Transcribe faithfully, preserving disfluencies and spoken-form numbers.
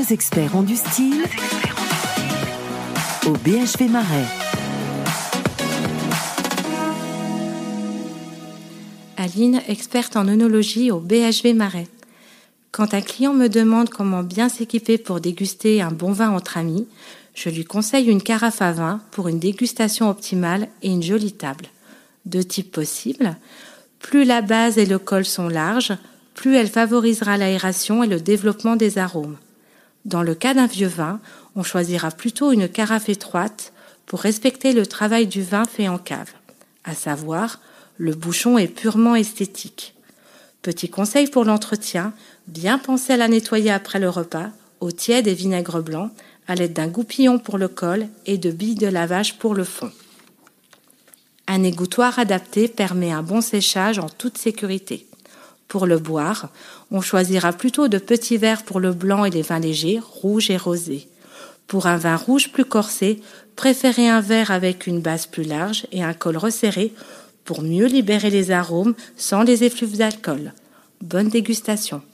Deux experts ont du style au B H V Marais. Aline, experte en œnologie au B H V Marais. Quand un client me demande comment bien s'équiper pour déguster un bon vin entre amis, je lui conseille une carafe à vin pour une dégustation optimale et une jolie table. Deux types possibles. Plus la base et le col sont larges, plus elle favorisera l'aération et le développement des arômes. Dans le cas d'un vieux vin, on choisira plutôt une carafe étroite pour respecter le travail du vin fait en cave. À savoir, le bouchon est purement esthétique. Petit conseil pour l'entretien, bien penser à la nettoyer après le repas, eau tiède et vinaigre blanc, à l'aide d'un goupillon pour le col et de billes de lavage pour le fond. Un égouttoir adapté permet un bon séchage en toute sécurité. Pour le boire, on choisira plutôt de petits verres pour le blanc et les vins légers, rouges et rosés. Pour un vin rouge plus corsé, préférez un verre avec une base plus large et un col resserré pour mieux libérer les arômes sans les effluves d'alcool. Bonne dégustation.